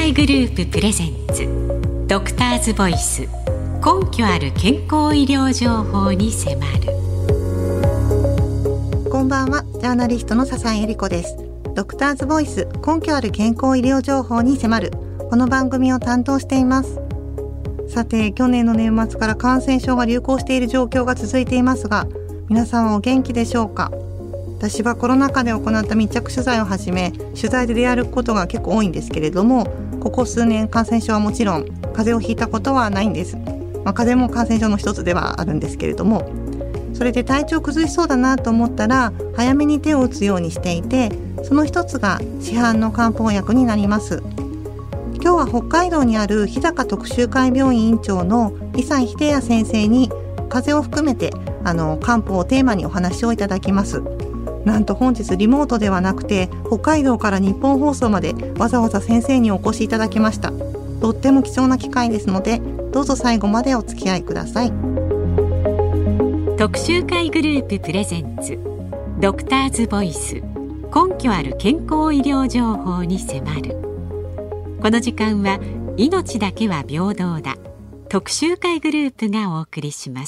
会グループプレゼンツドクターズボイス、根拠ある健康医療情報に迫る。 こんばんは、ジャーナリストの笹井恵理子です。ドクターズボイス、根拠ある健康医療情報に迫る、この番組を担当しています。さて、去年の年末から感染症が流行している状況が続いていますが、皆さんはお元気でしょうか。私はコロナ禍で行った密着取材をはじめ、取材で出歩くことが結構多いんですけれども、ここ数年感染症はもちろん風邪をひいたことはないんです。風邪も感染症の一つではあるんですけれども、それで体調崩しそうだなと思ったら早めに手を打つようにしていて、その一つが市販の漢方薬になります。今日は北海道にある日高徳洲会病院院長の伊西秀也先生に風邪を含めて漢方をテーマにお話をいただきます。なんと本日リモートではなくて北海道から日本放送までわざわざ先生にお越しいただきました。とっても貴重な機会ですので、どうぞ最後までお付き合いください。 徳洲会グループプレゼンツドクターズボイス、根拠ある健康医療情報に迫る。この時間は命だけは平等だ、徳洲会グループがお送りします。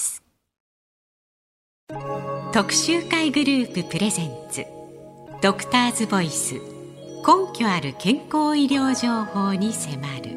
徳洲会グループプレゼンツドクターズボイス、根拠ある健康医療情報に迫る。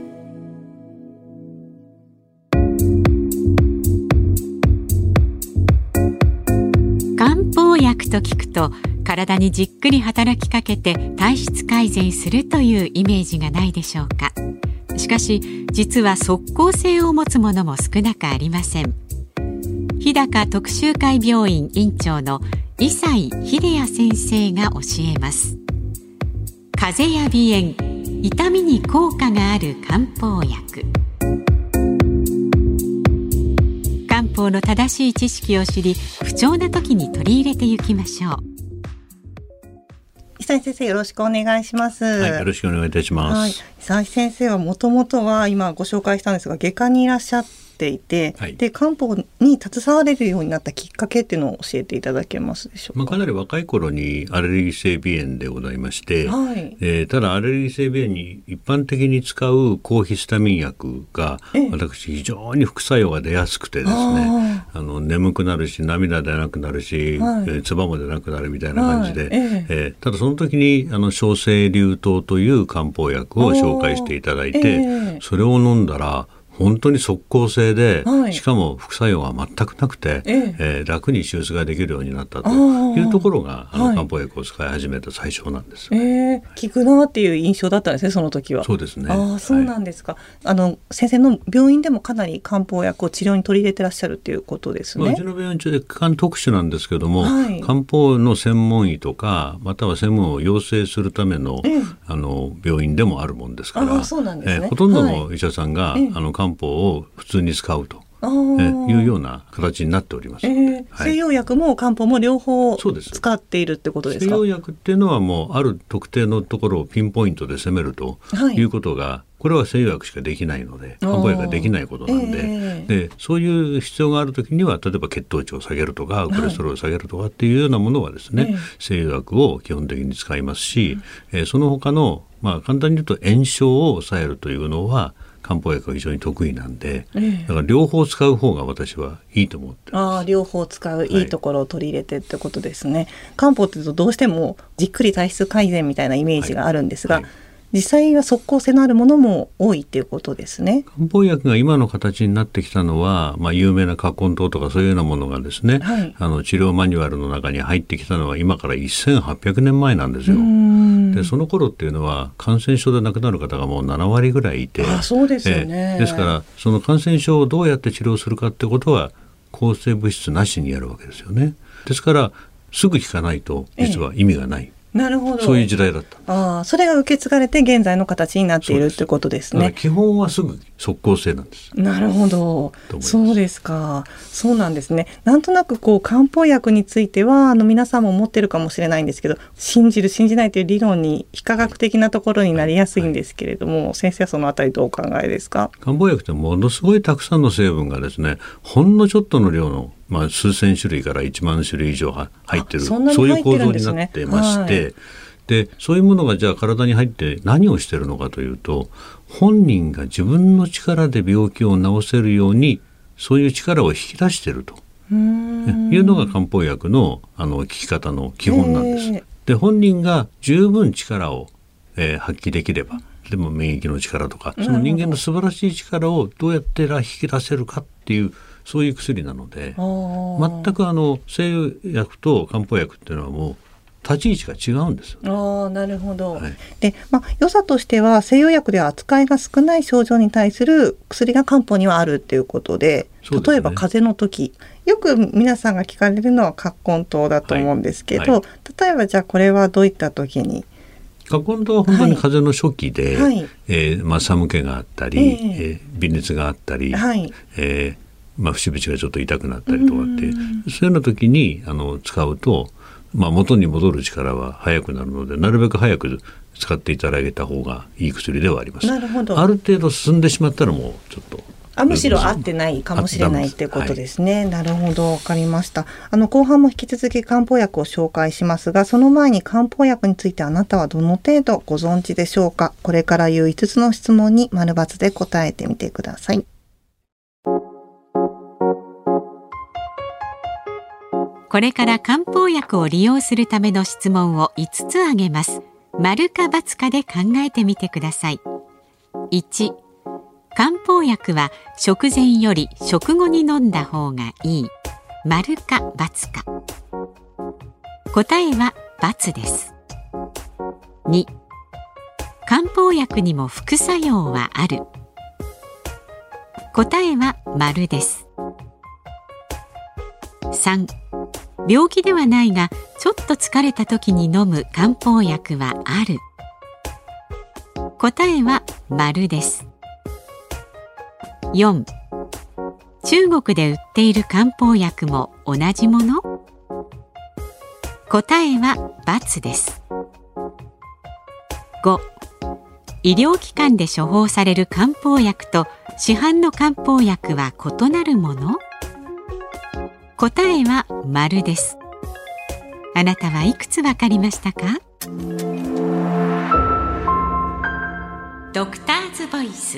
漢方薬と聞くと体にじっくり働きかけて体質改善するというイメージがないでしょうか。しかし実は即効性を持つものも少なくありません。日高徳洲会病院院長の伊西秀也先生が教えます。風邪や鼻炎、痛みに効果がある漢方薬。漢方の正しい知識を知り、不調な時に取り入れていきましょう。 伊西先生、よろしくお願いします。 はい、よろしくお願いいたします。 伊西先生はもともとは今ご紹介したんですが、外科にいらっしゃっていて、で漢方に携われるようになったきっかけっていうのを教えていただけますでしょうか。 かなり若い頃にアレルギー性鼻炎でございまして、ただアレルギー性鼻炎に一般的に使う抗ヒスタミン薬が私非常に副作用が出やすくてですね、眠くなるし、涙出なくなるし、唾も出なくなるみたいな感じで、ただその時に小生竜湯という漢方薬を紹介していただいて、それを飲んだら本当に即効性で、しかも副作用は全くなくて、楽に手術ができるようになったというところが漢方薬を使い始めた最初なんです。 効くなっていう印象だったんですね、その時は。 そうですね。 そうなんですか。先生の病院でもかなり漢方薬を治療に取り入れてらっしゃるということですね。 うちの病院で特殊なんですけども、漢方の専門医とかまたは専門を養成するための、病院でもあるもんですから、 そうなんですね。 ほとんどの医者さんが、漢方を普通に使うというような形になっております。 西洋薬も漢方も両方使っているってことですか。 西洋薬っていうのはもうある特定のところをピンポイントで攻めるということが、これは西洋薬しかできないので、漢方薬ができないことなんで、そういう必要があるときには、例えば血糖値を下げるとかコレステロールを下げるとかっていうようなものはですね、西洋薬を基本的に使いますし、その他の、簡単に言うと炎症を抑えるというのは漢方薬が非常に得意なんで、だから両方使う方が私はいいと思ってます。 両方使ういいところを取り入れてってことですね。漢方って言うとどうしてもじっくり体質改善みたいなイメージがあるんですが、実際は即効性のあるものも多いっていうことですね。 漢方薬が今の形になってきたのは、有名な葛根湯とかそういうようなものがですね、治療マニュアルの中に入ってきたのは今から1800年前なんですよ。でその頃っていうのは感染症で亡くなる方がもう7割ぐらいいて、 そうですよね。 ですからその感染症をどうやって治療するかってことは抗生物質なしにやるわけですよね。ですからすぐ効かないと実は意味がない、 なるほど。 そういう時代だった。 それが受け継がれて現在の形になっているってことですね。 基本はすぐ即効性なんです。 なるほど。そうですか。そうなんですね。なんとなく漢方薬については皆さんも持ってるかもしれないんですけど、信じる信じないという理論に非科学的なところになりやすいんですけれども、先生はそのあたりどうお考えですか。 漢方薬ってものすごいたくさんの成分がですね、ほんのちょっとの量の数千種類から1万種類以上入ってる、そういう構造になってまして、でそういうものがじゃあ体に入って何をしてるのかというと、 本人が自分の力で病気を治せるようにそういう力を引き出しているというのが漢方薬の効き方の基本なんです。で、本人が十分力を、発揮できれば、でも免疫の力とかその人間の素晴らしい力をどうやって引き出せるかっていうそういう薬なので、全く西洋薬と漢方薬っていうのはもう立ち位置が違うんですよ。 なるほど、はい。で、良さとしては西洋薬では扱いが少ない症状に対する薬が漢方にはあるっていうことで、例えば風邪の時、よく皆さんが聞かれるのは葛根湯だと思うんですけど、例えばじゃあこれはどういった時に？ 葛根湯は本当に風邪の初期で、寒気があったり、微熱があったり、節々がちょっと痛くなったりとかって、そういうような時に使うと、元に戻る力は早くなるので、なるべく早く使っていただけた方がいい薬ではあります。 なるほど。 ある程度進んでしまったらもうちょっとむしろ合ってないかもしれないっていうことですね。なるほど、わかりました。後半も引き続き漢方薬を紹介しますが、その前に漢方薬についてあなたはどの程度ご存知でしょうか。これから言う5つの質問に丸×で答えてみてください。 これから漢方薬を利用するための質問を5つ挙げます。丸か×かで考えてみてください。1、漢方薬は食前より食後に飲んだ方がいい。丸か×か。答えは×です。2、漢方薬にも副作用はある。答えは丸です。3、病気ではないがちょっと疲れた時に飲む漢方薬はある。答えは丸です。4、中国で売っている漢方薬も同じもの？答えは×です。5、医療機関で処方される漢方薬と市販の漢方薬は異なるもの？答えは丸です。あなたはいくつわかりましたか？ドクターズボイス。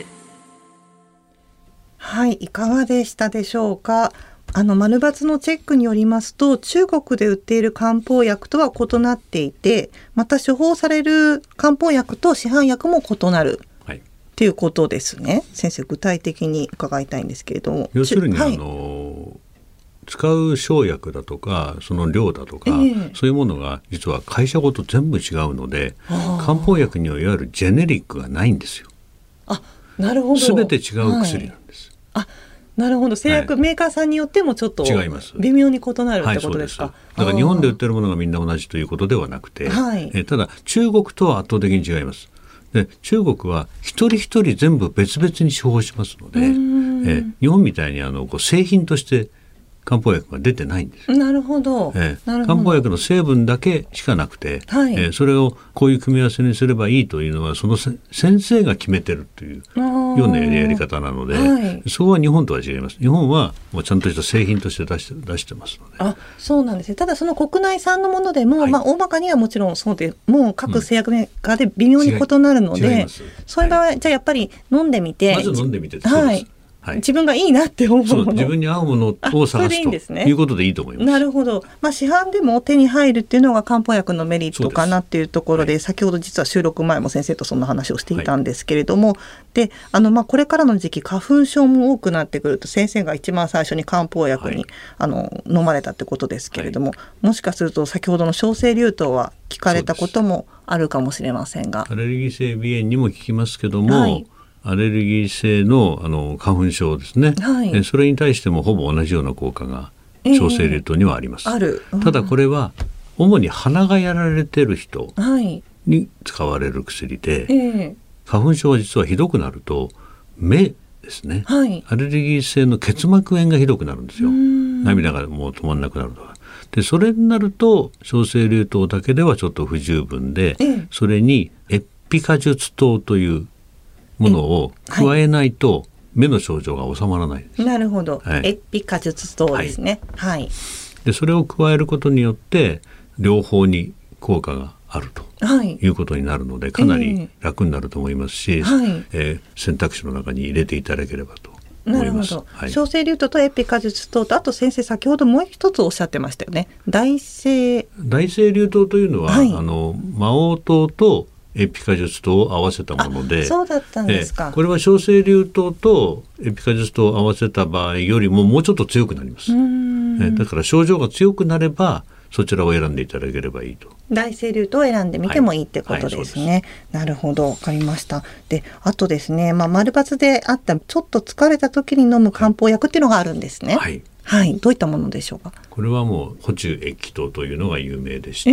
はい、いかがでしたでしょうか。丸×のチェックによりますと、中国で売っている漢方薬とは異なっていて、また処方される漢方薬と市販薬も異なる、っていうことですね。先生、具体的に伺いたいんですけれども。 要するに、使う生薬だとかその量だとか、そういうものが実は会社ごと全部違うので、漢方薬にはいわゆるジェネリックがないんですよ。 なるほど。 全て違う薬なんです。 なるほど。製薬メーカーさんによってもちょっと微妙に異なるってことですか。 だから日本で売ってるものがみんな同じということではなくて、ただ中国とは圧倒的に違います。で、中国は一人一人全部別々に処方しますので、日本みたいに製品として漢方薬が出てないんです。 なるほど。 漢方薬の成分だけしかなくて、それをこういう組み合わせにすればいいというのはその先生が決めてるというようなやり方なので、そこは日本とは違います。日本はもうちゃんとした製品として出してますので。 そうなんですね。ただその国内産のものでも、大まかにはもちろんそうで、もう各製薬メーカーで微妙に異なるので、そういう場合、じゃあやっぱり飲んでみて、 まず飲んでみて、そうです。 自分がいいなって思うもの、 自分に合うものを探すということでいいと思います。 なるほど。市販でも手に入るっていうのが漢方薬のメリットかなっていうところで、先ほど実は収録前も先生とそんな話をしていたんですけれども、でこれからの時期花粉症も多くなってくると、先生が一番最初に漢方薬に、飲まれたってことですけれども、もしかすると先ほどの小生竜湯は聞かれたこともあるかもしれませんが、 アレルギー性鼻炎にも効きますけども、アレルギー性の、花粉症ですね、それに対してもほぼ同じような効果が小生竜湯にはあります。ただこれは主に鼻がやられている人に使われる薬で、花粉症は実はひどくなると目ですね、アレルギー性の結膜炎がひどくなるんですよ。涙がもう止まらなくなるとかで、それになると小生竜湯だけではちょっと不十分で、それにエッピカ術湯というものを加えないと目の症状が収まらないです。 なるほど、エッピカ術湯ですね。 でそれを加えることによって両方に効果があるということになるので、かなり楽になると思いますし、選択肢の中に入れていただければと思います。 小生流湯とエピカ術湯と、あと先生先ほどもう一つおっしゃってましたよね。大生流湯というのは、魔王湯とエピカ術湯を合わせたもので、 そうだったんですか。 これは小生流湯とエピカ術湯を合わせた場合よりももうちょっと強くなります。だから症状が強くなればそちらを選んでいただければいいと。 大生流湯を選んでみてもいいってことですね。なるほど、わかりました。で、あとですね、丸抜であったちょっと疲れた時に飲む漢方薬っていうのがあるんですね。どういったものでしょうか。 これはもう補充液湯というのが有名でして、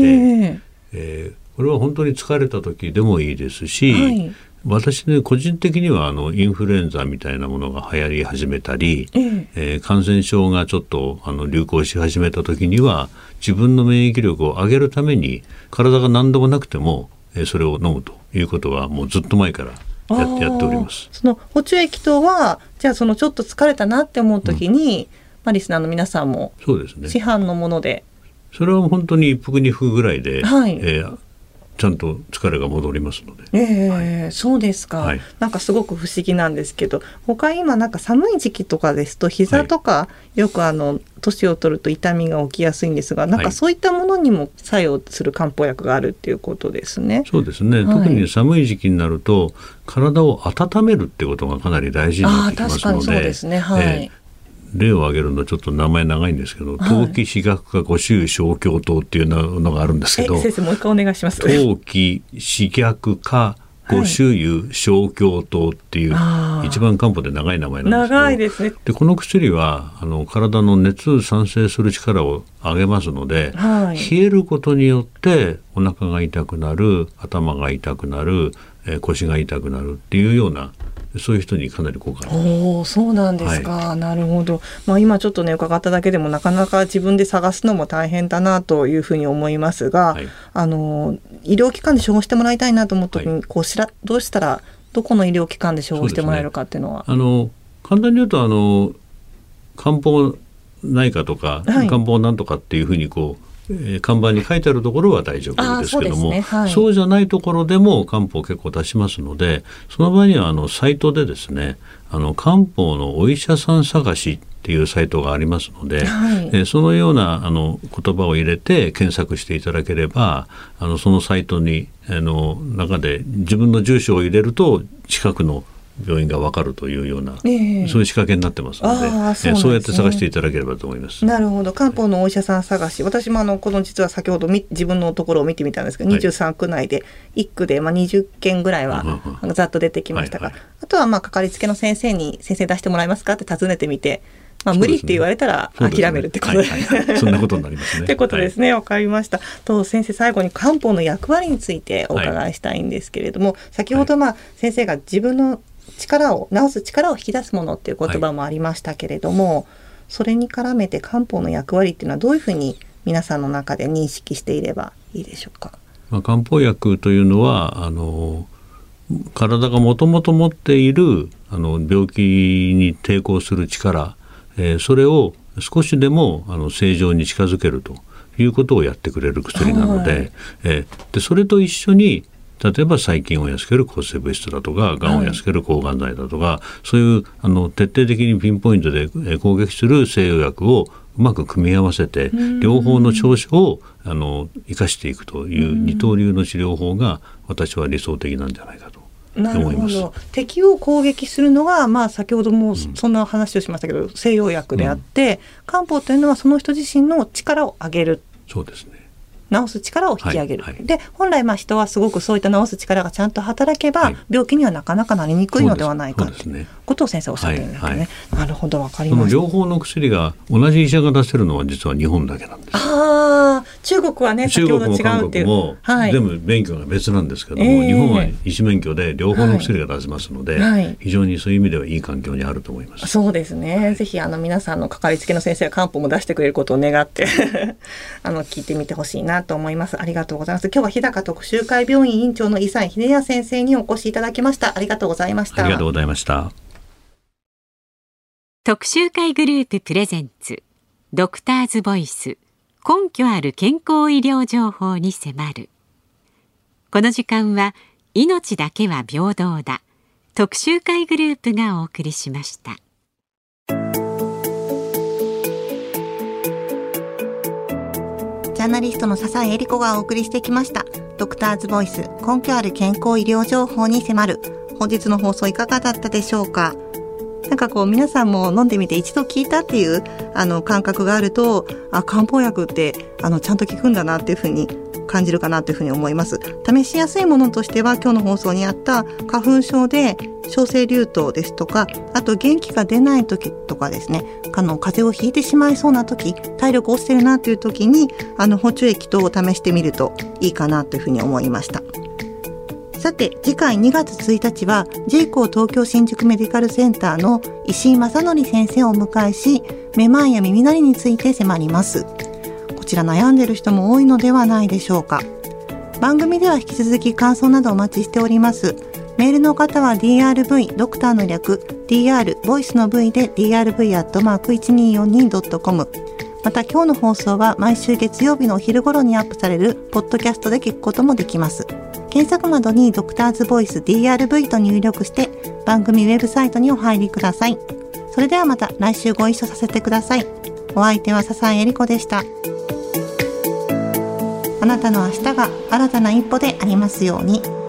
これは本当に疲れた時でもいいですし、私ね、個人的にはインフルエンザみたいなものが流行り始めたり、感染症がちょっと流行し始めた時には自分の免疫力を上げるために体が何でもなくてもそれを飲むということはもうずっと前からやっております。 その補充液とは、じゃあそのちょっと疲れたなって思う時に、リスナーの皆さんも市販のもので、 それは本当に一服二服ぐらいで、ちゃんと疲れが戻りますので。 そうですか。なんかすごく不思議なんですけど、他今なんか寒い時期とかですと膝とか、よく年を取ると痛みが起きやすいんですが、なんかそういったものにも作用する漢方薬があるっていうことですね。 そうですね、特に寒い時期になると体を温めるってことがかなり大事になってきますので。 確かにそうですね。 例を挙げるのちょっと名前長いんですけど、陶器至学科五臭小経湯っていうのがあるんですけど、 先生もう一回お願いします。 陶器至学科五臭湯小経湯っていう、一番漢方で長い名前なんですけど、 長いですね。 でこの薬は体の熱産生する力を上げますので、冷えることによってお腹が痛くなる、頭が痛くなる、腰が痛くなるっていうような、そういう人にかなり効果があります。 そうなんですか。なるほど。今ちょっとね伺っただけでもなかなか自分で探すのも大変だなというふうに思いますが、医療機関で処方してもらいたいなと思った時に、どうしたらどこの医療機関で処方してもらえるかっていうのは、 簡単に言うと漢方内科とか、漢方なんとかっていうふうに看板に書いてあるところは大丈夫ですけども、そうじゃないところでも漢方結構出しますので、その場合にはサイトでですね、漢方のお医者さん探しっていうサイトがありますので、そのような言葉を入れて検索していただければ、そのサイトに中で自分の住所を入れると近くの病院が分かるというような、そういう仕掛けになってますので、そうやって探していただければと思います。 なるほど。漢方のお医者さん探し、私もこの実は先ほど自分のところを見てみたんですけど、23区内で1区で20件ぐらいはざっと出てきましたが、あとはかかりつけの先生に先生出してもらえますかって尋ねてみて、無理って言われたら諦めるってことで、 そんなことになりますね。 ってことですね。わかりました。と先生、最後に漢方の役割についてお伺いしたいんですけれども、先ほど先生が自分の治す力を引き出すものっていう言葉もありましたけれども、それに絡めて漢方の役割っていうのはどういうふうに皆さんの中で認識していればいいでしょうか。 漢方薬というのは体がもともと持っている病気に抵抗する力、それを少しでも正常に近づけるということをやってくれる薬なので、でそれと一緒に例えば細菌をやっつける抗生物質だとか、がんをやっつける抗がん剤だとか、そういう徹底的にピンポイントで攻撃する西洋薬をうまく組み合わせて、両方の長所を生かしていくという二刀流の治療法が私は理想的なんじゃないかと思います。 敵を攻撃するのが、先ほどもそんな話をしましたけど、西洋薬であって、漢方というのはその人自身の力を上げる。 そうですね。 治す力を引き上げる、で本来人はすごくそういった治す力がちゃんと働けば、病気にはなかなかなりにくいのではないかということを先生おっしゃってるんですね。なるほど、わかりました。 その両方の薬が同じ医者が出せるのは実は日本だけなんです。 中国はね、先ほど違うっていう。 中国も韓国も全部免許が別なんですけども、日本は医師免許で両方の薬が出せますので、非常にそういう意味ではいい環境にあると思います。 そうですね。ぜひ皆さんのかかりつけの先生が漢方も出してくれることを願って聞いてみてほしいなと思います。ありがとうございます。今日は日高徳洲会病院院長の伊佐秀也先生にお越しいただきました。ありがとうございました。 ありがとうございました。 徳洲会グループプレゼンツドクターズボイス、根拠ある健康医療情報に迫るこの時間は命だけは平等だ特集会グループがお送りしました。 ジャーナリストの笹井恵理子がお送りしてきましたドクターズボイス、根拠ある健康医療情報に迫る。本日の放送いかがだったでしょうか。なんかこう皆さんも飲んでみて一度聞いたっていう感覚があると、漢方薬ってちゃんと効くんだなっていうふうに感じるかなというふうに思います。試しやすいものとしては、今日の放送にあった花粉症で小生竜頭ですとか、あと元気が出ない時とかですね、風邪をひいてしまいそうな時、体力落ちてるなという時に補充液等を試してみるといいかなというふうに思いました。さて次回2月1日は J コー東京新宿メディカルセンターの石井正則先生をお迎えし、めまいや耳鳴りについて迫ります。こちら悩んでいる人も多いのではないでしょうか。番組では引き続き感想などお待ちしております。メールの方は DRV ドクターの略 DR ボイスの V で drv@1242.com、 また今日の放送は毎週月曜日のお昼頃にアップされるポッドキャストで聞くこともできます。検索窓にドクターズボイス DRV と入力して番組ウェブサイトにお入りください。それではまた来週ご一緒させてください。お相手は笹井恵理子でした。あなたの明日が新たな一歩でありますように。